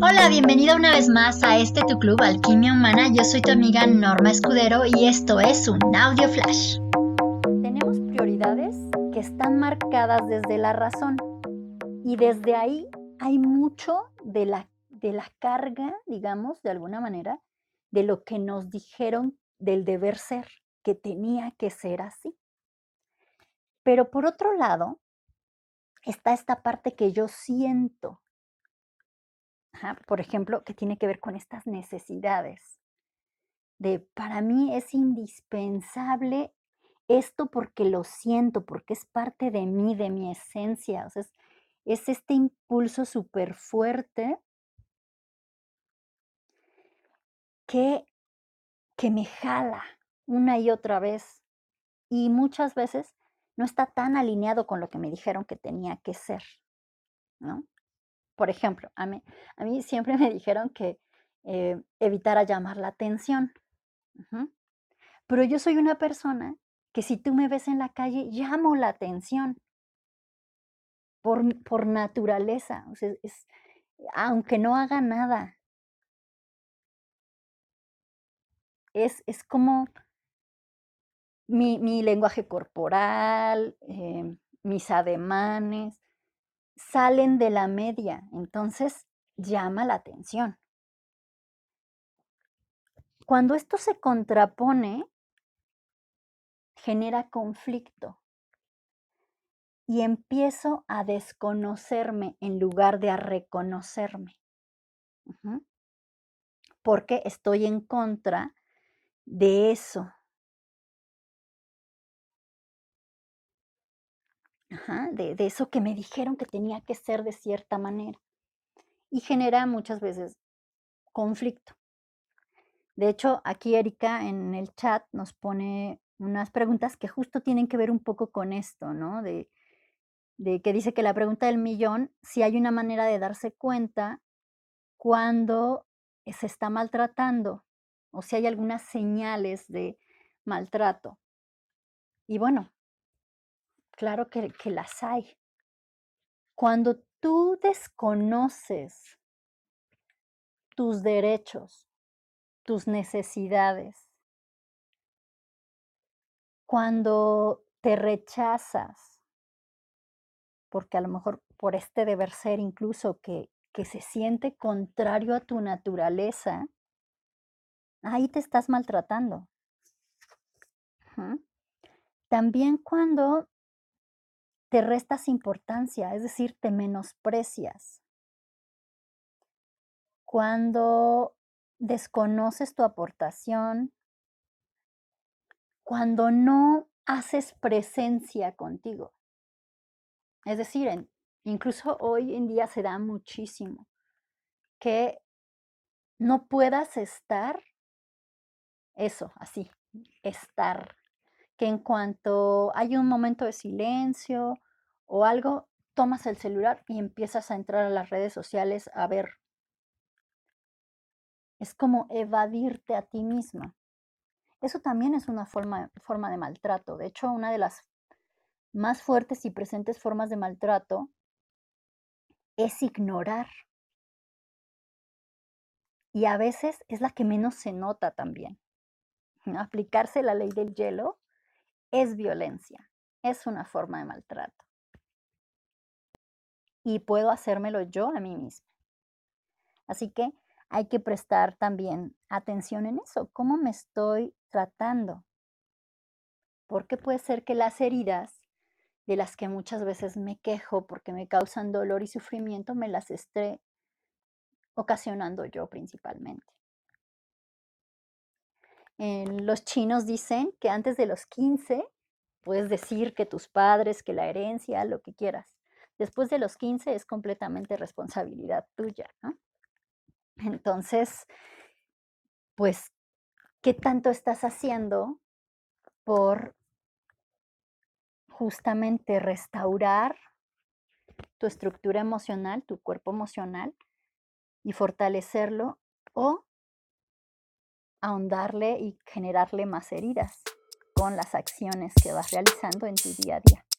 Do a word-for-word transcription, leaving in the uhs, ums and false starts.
Hola, bienvenida una vez más a este tu club Alquimia Humana. Yo soy tu amiga Norma Escudero y esto es un audio flash. Tenemos prioridades que están marcadas desde la razón y desde ahí hay mucho de la, de la carga, digamos, de alguna manera, de lo que nos dijeron del deber ser, que tenía que ser así. Pero por otro lado, está esta parte que yo siento, ajá, por ejemplo, que tiene que ver con estas necesidades. De para mí es indispensable esto porque lo siento, porque es parte de mí, de mi esencia. O sea, es, es este impulso súper fuerte que, que me jala una y otra vez. Y muchas veces no está tan alineado con lo que me dijeron que tenía que ser, ¿no? Por ejemplo, a mí, a mí siempre me dijeron que eh, evitara llamar la atención. Ujú. Pero yo soy una persona que si tú me ves en la calle, llamo la atención por, por naturaleza. O sea, es, aunque no haga nada, es, es como mi, mi lenguaje corporal, eh, mis ademanes, salen de la media. Entonces, llama la atención. Cuando esto se contrapone, genera conflicto. Y empiezo a desconocerme en lugar de a reconocerme. Ujú. Porque estoy en contra de eso. Ajá, de, de eso que me dijeron que tenía que ser de cierta manera. Y genera muchas veces conflicto. De hecho, aquí Erika en el chat nos pone unas preguntas que justo tienen que ver un poco con esto, ¿no? De, de que dice que la pregunta del millón, si hay una manera de darse cuenta cuando se está maltratando o si hay algunas señales de maltrato. Y bueno, claro que, que las hay. Cuando tú desconoces tus derechos, tus necesidades, cuando te rechazas, porque a lo mejor por este deber ser incluso que, que se siente contrario a tu naturaleza, ahí te estás maltratando. Ujú. También cuando te restas importancia, es decir, te menosprecias. Cuando desconoces tu aportación, cuando no haces presencia contigo. Es decir, en- incluso hoy en día se da muchísimo que no puedas estar, eso, así, estar. Que en cuanto hay un momento de silencio o algo, tomas el celular y empiezas a entrar a las redes sociales a ver. Es como evadirte a ti misma. Eso también es una forma, forma de maltrato. De hecho, una de las más fuertes y presentes formas de maltrato es ignorar. Y a veces es la que menos se nota también. ¿No? Aplicarse la ley del hielo es violencia, es una forma de maltrato. Y puedo hacérmelo yo a mí misma. Así que hay que prestar también atención en eso. ¿Cómo me estoy tratando? Porque puede ser que las heridas de las que muchas veces me quejo porque me causan dolor y sufrimiento, me las esté ocasionando yo principalmente. En los chinos dicen que antes de los quince puedes decir que tus padres, que la herencia, lo que quieras. Después de los quince es completamente responsabilidad tuya, ¿no? Entonces, pues, ¿qué tanto estás haciendo por justamente restaurar tu estructura emocional, tu cuerpo emocional y fortalecerlo o ahondarle y generarle más heridas con las acciones que vas realizando en tu día a día?